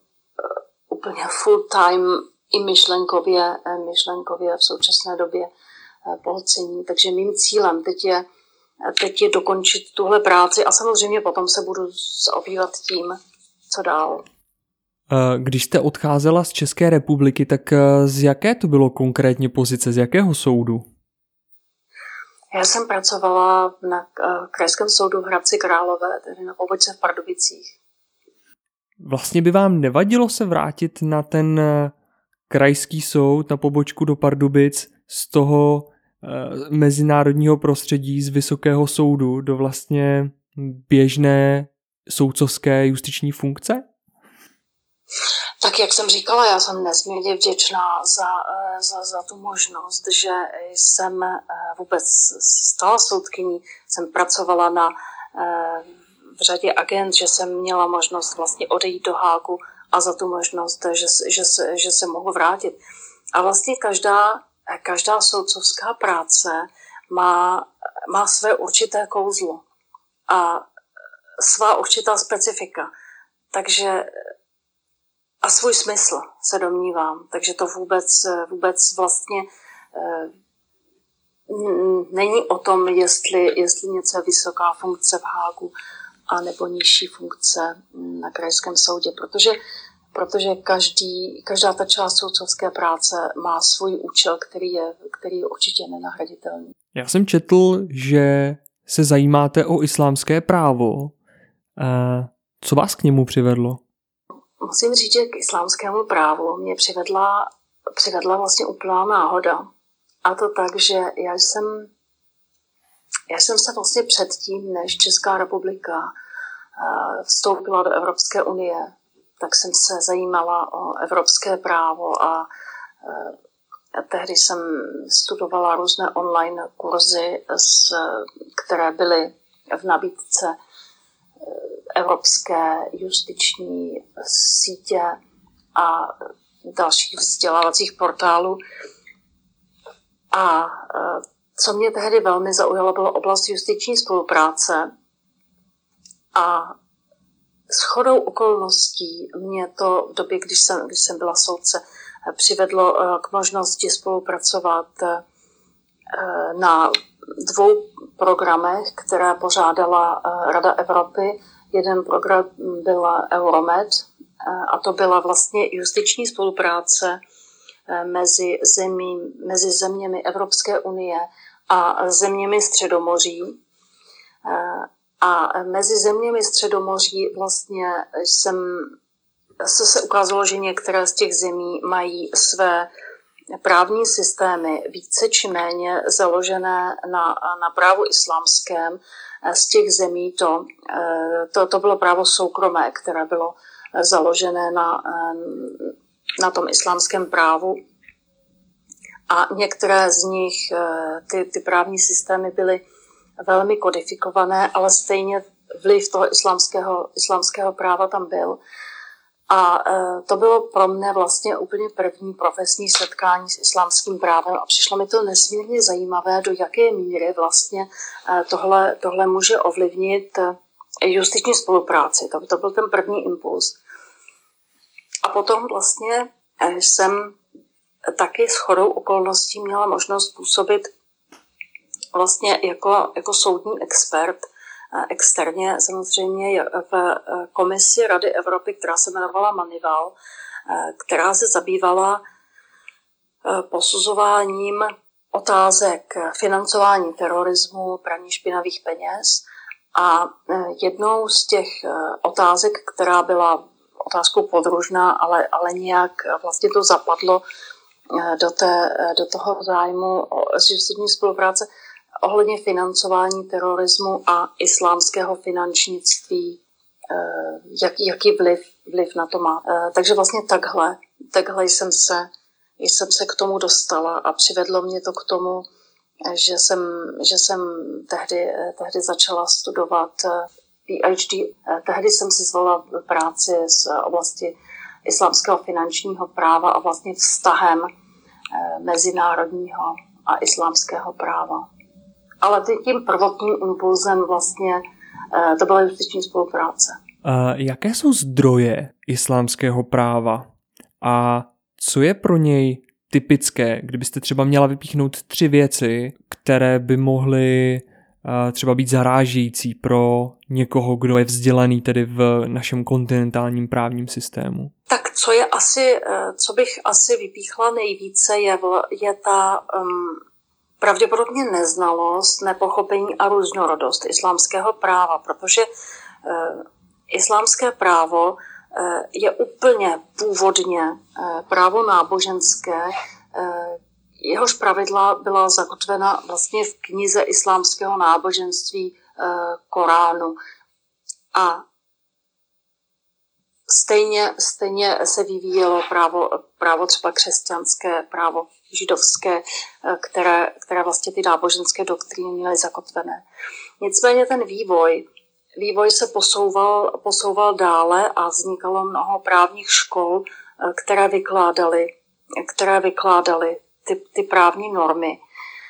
full time i myšlenkově v současné době pohlcení. Takže mým cílem teď je teď je dokončit tuhle práci a samozřejmě potom se budu zaobývat tím, co dál. Když jste odcházela z České republiky, tak z jaké to bylo konkrétně pozice, z jakého soudu? Já jsem pracovala na Krajském soudu v Hradci Králové, tedy na pobočce v Pardubicích. Vlastně by vám nevadilo se vrátit na ten krajský soud, na pobočku do Pardubic z toho mezinárodního prostředí, z Vysokého soudu do vlastně běžné soudcovské justiční funkce? Tak jak jsem říkala, já jsem nesmírně vděčná za tu možnost, že jsem vůbec stala soudkyní, jsem pracovala v řadě agent, že jsem měla možnost vlastně odejít do Hágu a za tu možnost, že se mohu vrátit. A vlastně každá soudcovská práce má své určité kouzlo a svá určitá specifika. Takže a svůj smysl, se domnívám. Takže to vůbec vlastně není o tom, jestli něco je vysoká funkce v Hágu a nebo nižší funkce na krajském soudě, protože každá ta část soudcovské práce má svůj účel, který je určitě nenahraditelný. Já jsem četl, že se zajímáte o islámské právo. Co vás k němu přivedlo? Musím říct, že k islámskému právu mě přivedla vlastně úplná náhoda. A to tak, že já jsem se vlastně předtím, než Česká republika vstoupila do Evropské unie, tak jsem se zajímala o evropské právo a tehdy jsem studovala různé online kurzy, které byly v nabídce evropské justiční sítě a dalších vzdělávacích portálů. A co mě tehdy velmi zaujalo, byla oblast justiční spolupráce. A shodou okolností mě to v době, když jsem byla soudce, přivedlo k možnosti spolupracovat na 2 programech, které pořádala Rada Evropy. Jeden program byl Euromed a to byla vlastně justiční spolupráce mezi zeměmi Evropské unie a zeměmi Středomoří. A mezi zeměmi Středomoří vlastně se ukázalo, že některé z těch zemí mají své právní systémy více či méně založené na právu islámském. Z těch zemí to bylo právo soukromé, které bylo založené na tom islámském právu. A některé z nich, ty právní systémy byly velmi kodifikované, ale stejně vliv toho islámského práva tam byl. A to bylo pro mě vlastně úplně první profesní setkání s islámským právem a přišlo mi to nesmírně zajímavé, do jaké míry vlastně tohle může ovlivnit justiční spolupráci. To byl ten první impuls. A potom vlastně jsem taky shodou okolností měla možnost působit vlastně jako soudní expert externě samozřejmě v komisi Rady Evropy, která se jmenovala Manival, která se zabývala posuzováním otázek financování terorismu, praní špinavých peněz. A jednou z těch otázek, která byla otázkou podružná, ale nějak vlastně to zapadlo do toho zájmu z justiční spolupráce ohledně financování terorismu a islámského finančnictví, jaký vliv na to má. Takže vlastně takhle jsem se k tomu dostala a přivedlo mě to k tomu, že jsem tehdy začala studovat PhD. Tehdy jsem si zvolila práci z oblasti islámského finančního práva a vlastně vztahem mezinárodního a islámského práva. Ale tím prvotním impulzem vlastně to byla justiční spolupráce. Jaké jsou zdroje islámského práva a co je pro něj typické, kdybyste třeba měla vypíchnout 3 věci, které by mohly třeba být zarážející pro někoho, kdo je vzdělaný tedy v našem kontinentálním právním systému? Tak co bych asi vypíchla nejvíce, je ta pravděpodobně neznalost, nepochopení a různorodost islámského práva, protože islámské právo je úplně původně právo náboženské, jehož pravidla byla zakotvena vlastně v knize islámského náboženství Koránu. A stejně se vyvíjelo právo třeba křesťanské, právo židovské, které vlastně ty náboženské doktríny měly zakotvené. Nicméně ten vývoj se posouval dále a vznikalo mnoho právních škol, které vykládaly ty právní normy.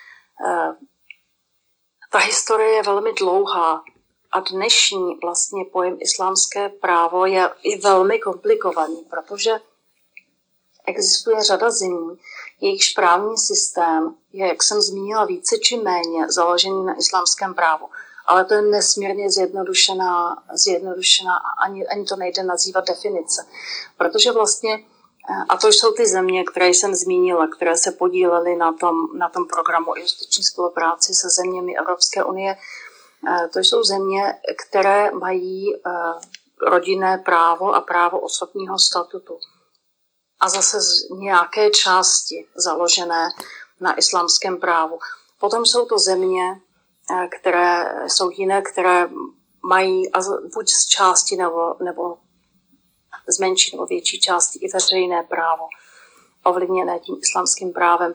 Ta historie je velmi dlouhá a dnešní vlastně pojem islámské právo je i velmi komplikovaný, protože existuje řada zemí, jejichž právní systém je, jak jsem zmínila, více či méně založený na islámském právu. Ale to je nesmírně zjednodušená a ani to nejde nazývat definice. Protože vlastně, a to jsou ty země, které jsem zmínila, které se podílely na tom programu justiční spolupráci se zeměmi Evropské unie, to jsou země, které mají rodinné právo a právo osobního statutu. A zase z nějaké části založené na islámském právu. Potom jsou to země, které jsou jiné, které mají buď z části nebo z menší nebo větší části i veřejné právo, ovlivněné tím islámským právem.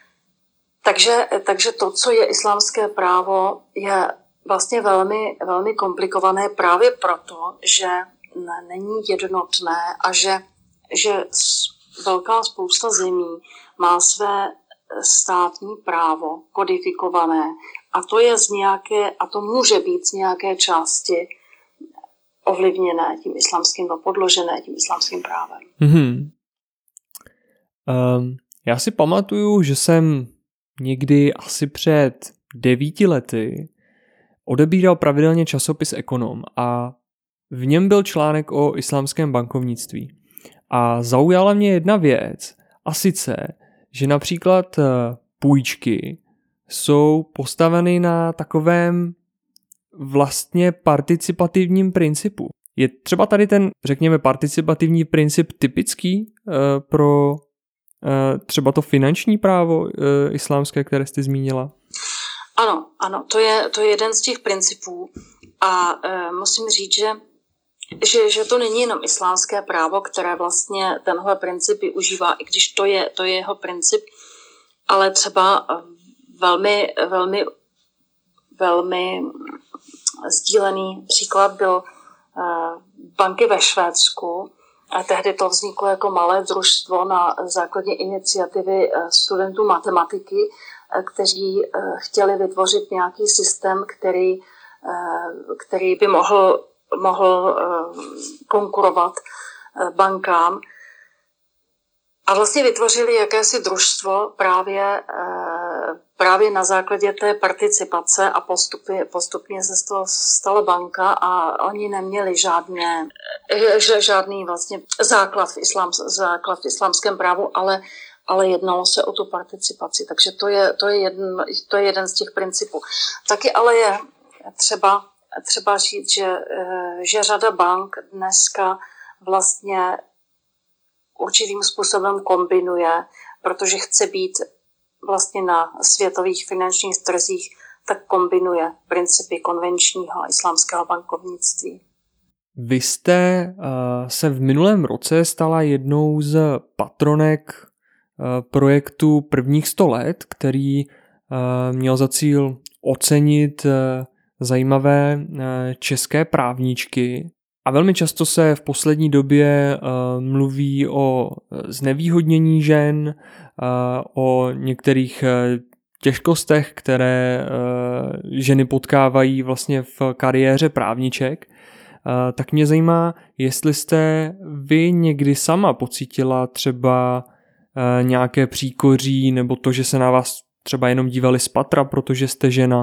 Takže to, co je islámské právo, je vlastně velmi, velmi komplikované právě proto, že není jednotné a že velká spousta zemí má své státní právo kodifikované a to může být z nějaké části ovlivněné tím islámským, podložené tím islámským právem. Mm-hmm. Já si pamatuju, že jsem někdy asi před 9 lety odebíral pravidelně časopis Ekonom a v něm byl článek o islámském bankovnictví. A zaujala mě jedna věc, a sice, že například půjčky jsou postaveny na takovém vlastně participativním principu. Je třeba tady ten, řekněme, participativní princip typický pro třeba to finanční právo islámské, které jste zmínila? Ano, to je jeden z těch principů a musím říct, že to není jenom islámské právo, které vlastně tenhle princip využívá, i když to je jeho princip, ale třeba velmi, velmi, velmi sdílený příklad byl banky ve Švédsku. A tehdy to vzniklo jako malé družstvo na základě iniciativy studentů matematiky, kteří chtěli vytvořit nějaký systém, který by mohl konkurovat bankám. A vlastně vytvořili jakési družstvo právě na základě té participace a postupně se z toho stala banka a oni neměli žádný vlastně základ v islámském právu, ale jednalo se o tu participaci. Takže to je jeden z těch principů. Taky ale je třeba říct, že řada bank dneska vlastně určitým způsobem kombinuje, protože chce být vlastně na světových finančních trzích, tak kombinuje principy konvenčního islámského bankovnictví. Vy jste se v minulém roce stala jednou z patronek projektu Prvních 100 let, který měl za cíl ocenit zajímavé české právníčky. A velmi často se v poslední době mluví o znevýhodnění žen, o některých těžkostech, které ženy potkávají vlastně v kariéře právniček. Tak mě zajímá, jestli jste vy někdy sama pocítila třeba nějaké příkoří nebo to, že se na vás třeba jenom dívali z patra, protože jste žena.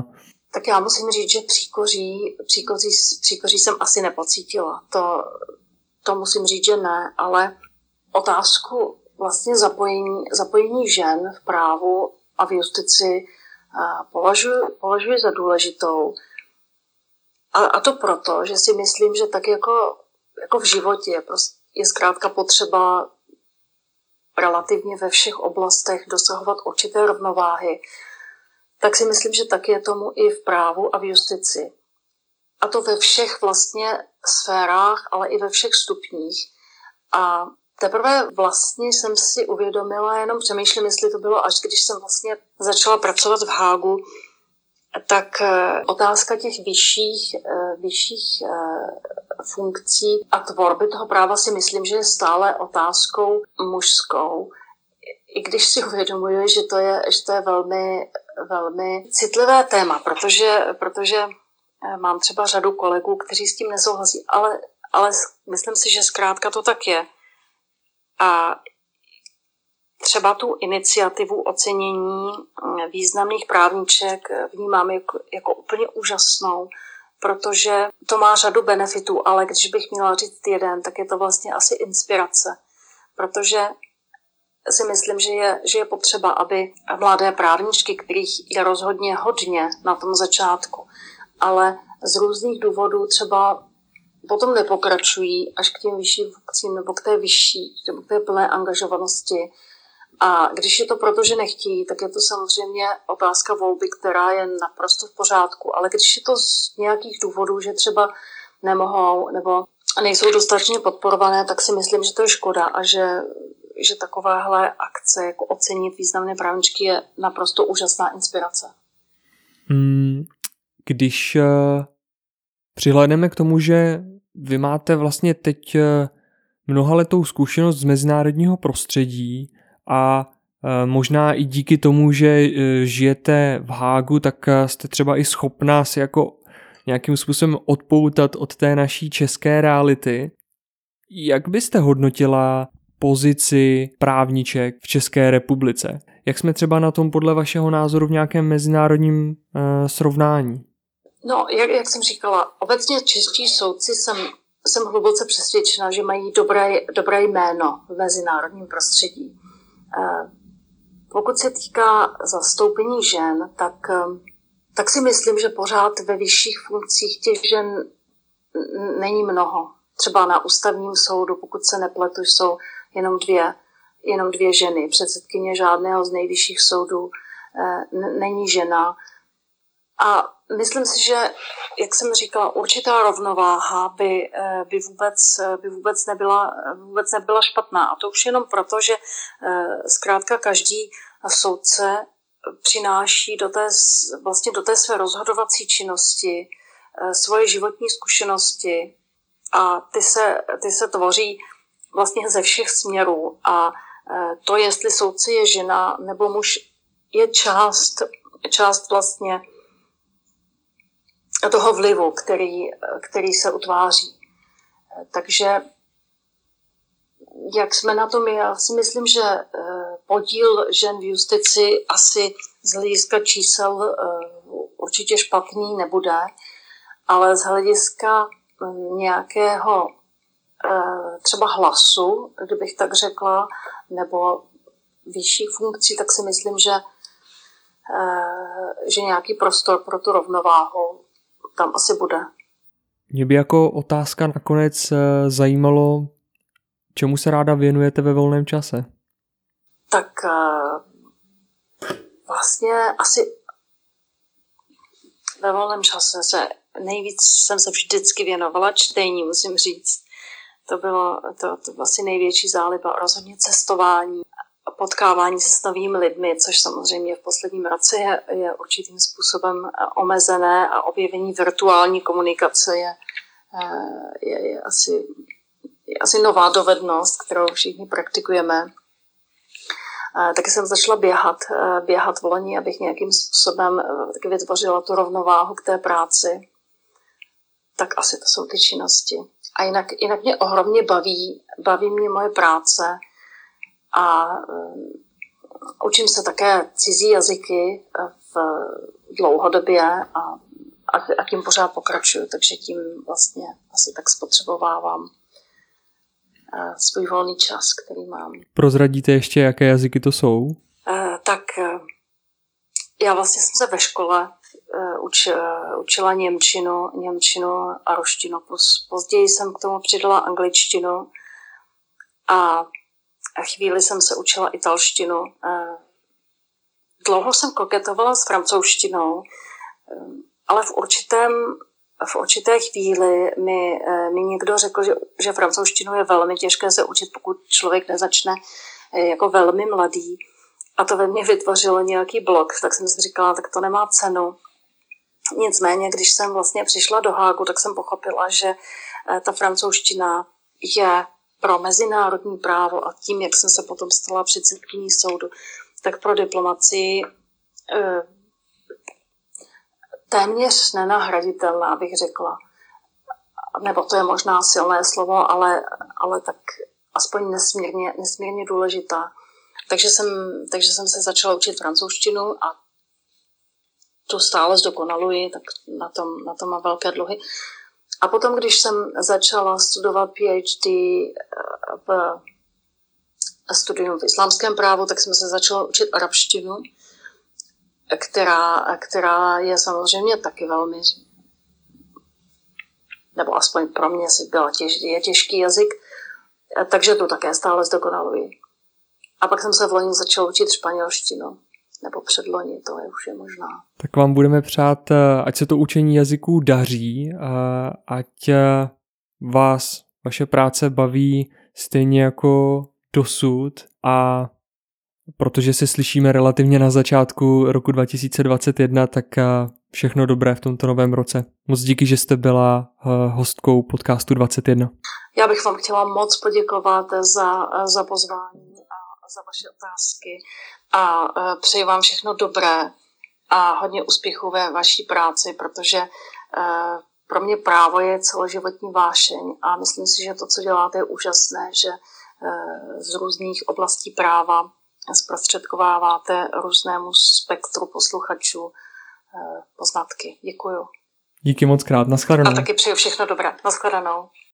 Tak já musím říct, že příkoří jsem asi nepocítila. To musím říct, že ne, ale otázku vlastně zapojení žen v právu a v justici považuji za důležitou. A to proto, že si myslím, že tak jako v životě je zkrátka potřeba relativně ve všech oblastech dosahovat určité rovnováhy, tak si myslím, že tak je tomu i v právu a v justici. A to ve všech vlastně sférách, ale i ve všech stupních. A teprve vlastně jsem si uvědomila, jenom přemýšlím, jestli to bylo až když jsem vlastně začala pracovat v Hágu, tak otázka těch vyšších funkcí a tvorby toho práva si myslím, že je stále otázkou mužskou. I když si uvědomuji, že to je velmi, velmi citlivé téma, protože mám třeba řadu kolegů, kteří s tím nesouhlasí, ale myslím si, že zkrátka to tak je. A třeba tu iniciativu ocenění významných právniček vnímám jako úplně úžasnou, protože to má řadu benefitů, ale když bych měla říct jeden, tak je to vlastně asi inspirace, protože si myslím, že je potřeba, aby mladé právničky, kterých je rozhodně hodně na tom začátku, ale z různých důvodů třeba potom nepokračují až k těm vyšším funkcím nebo k té plné angažovanosti. A když je to proto, že nechtějí, tak je to samozřejmě otázka volby, která je naprosto v pořádku. Ale když je to z nějakých důvodů, že třeba nemohou nebo nejsou dostatečně podporované, tak si myslím, že to je škoda a že takovéhle akce, jako ocenit významné právničky, je naprosto úžasná inspirace. Když přihlédneme k tomu, že vy máte vlastně teď mnohaletou zkušenost z mezinárodního prostředí a možná i díky tomu, že žijete v Hágu, tak jste třeba i schopná si jako nějakým způsobem odpoutat od té naší české reality. Jak byste hodnotila pozici právniček v České republice? Jak jsme třeba na tom podle vašeho názoru v nějakém mezinárodním srovnání? No, jak jsem říkala, obecně čeští soudci jsem hluboce přesvědčena, že mají dobré jméno v mezinárodním prostředí. Pokud se týká zastoupení žen, tak si myslím, že pořád ve vyšších funkcích těch žen není mnoho. Třeba na ústavním soudu, pokud se nepletu, jsou jenom dvě ženy. Předsedkyně žádného z nejvyšších soudů není žena. A myslím si, že, jak jsem říkala, určitá rovnováha by vůbec nebyla špatná. A to už jenom proto, že zkrátka každý soudce přináší do té své rozhodovací činnosti svoje životní zkušenosti a ty se tvoří vlastně ze všech směrů. A to, jestli soudce je žena nebo muž, je část vlastně toho vlivu, který se utváří. Takže jak jsme na tom, já si myslím, že podíl žen v justici asi z hlediska čísel určitě špatný nebude, ale z hlediska nějakého třeba hlasu, kdybych tak řekla, nebo vyšších funkcí, tak si myslím, že nějaký prostor pro tu rovnováhu tam asi bude. Mě by jako otázka nakonec zajímalo, čemu se ráda věnujete ve volném čase? Tak vlastně asi ve volném čase nejvíc jsem se vždycky věnovala čtení, musím říct. To bylo asi největší záliba, rozhodně cestování, potkávání se s novými lidmi, což samozřejmě v posledním roce je určitým způsobem omezené a objevení virtuální komunikace je asi nová dovednost, kterou všichni praktikujeme. Taky jsem začala běhat v loni, abych nějakým způsobem taky vytvořila tu rovnováhu k té práci. Tak asi to jsou ty činnosti. A jinak mě ohromně baví mě moje práce a učím se také cizí jazyky dlouhodobě a tím pořád pokračuju, takže tím vlastně asi tak spotřebovávám svůj volný čas, který mám. Prozradíte ještě, jaké jazyky to jsou? Tak já vlastně jsem se ve škole učila němčinu a ruštinu. Později jsem k tomu přidala angličtinu a chvíli jsem se učila italštinu. Dlouho jsem koketovala s francouzštinou, ale v určité chvíli mi někdo řekl, že francouzštinu je velmi těžké se učit, pokud člověk nezačne jako velmi mladý. A to ve mně vytvořilo nějaký blok, tak jsem si říkala, tak to nemá cenu. Nicméně, když jsem vlastně přišla do Hágu, tak jsem pochopila, že ta francouzština je pro mezinárodní právo a tím, jak jsem se potom stala předsedkyní soudu, tak pro diplomacii téměř nenahraditelná, bych řekla. Nebo to je možná silné slovo, ale tak aspoň nesmírně důležitá. Takže jsem se začala učit francouzštinu a tu stále zdokonaluji, tak na tom mám velké dluhy. A potom, když jsem začala studovat PhD v studium v islámském právu, tak jsem se začala učit arabštinu, která je samozřejmě taky velmi, nebo aspoň pro mě je těžký jazyk, takže to také stále zdokonaluji. A pak jsem se v loni začala učit španělštinu, nebo předloni, to už je možná. Tak vám budeme přát, ať se to učení jazyků daří, ať vás vaše práce baví stejně jako dosud a protože se slyšíme relativně na začátku roku 2021, tak všechno dobré v tomto novém roce. Moc díky, že jste byla hostkou podcastu 21. Já bych vám chtěla moc poděkovat za pozvání a za vaše otázky a přeji vám všechno dobré a hodně úspěchů ve vaší práci, protože pro mě právo je celoživotní vášeň a myslím si, že to, co děláte, je úžasné, že z různých oblastí práva zprostředkováváte různému spektru posluchačů poznatky. Děkuju. Díky moc krát. Naschledanou. A taky přeju všechno dobré. Naschledanou.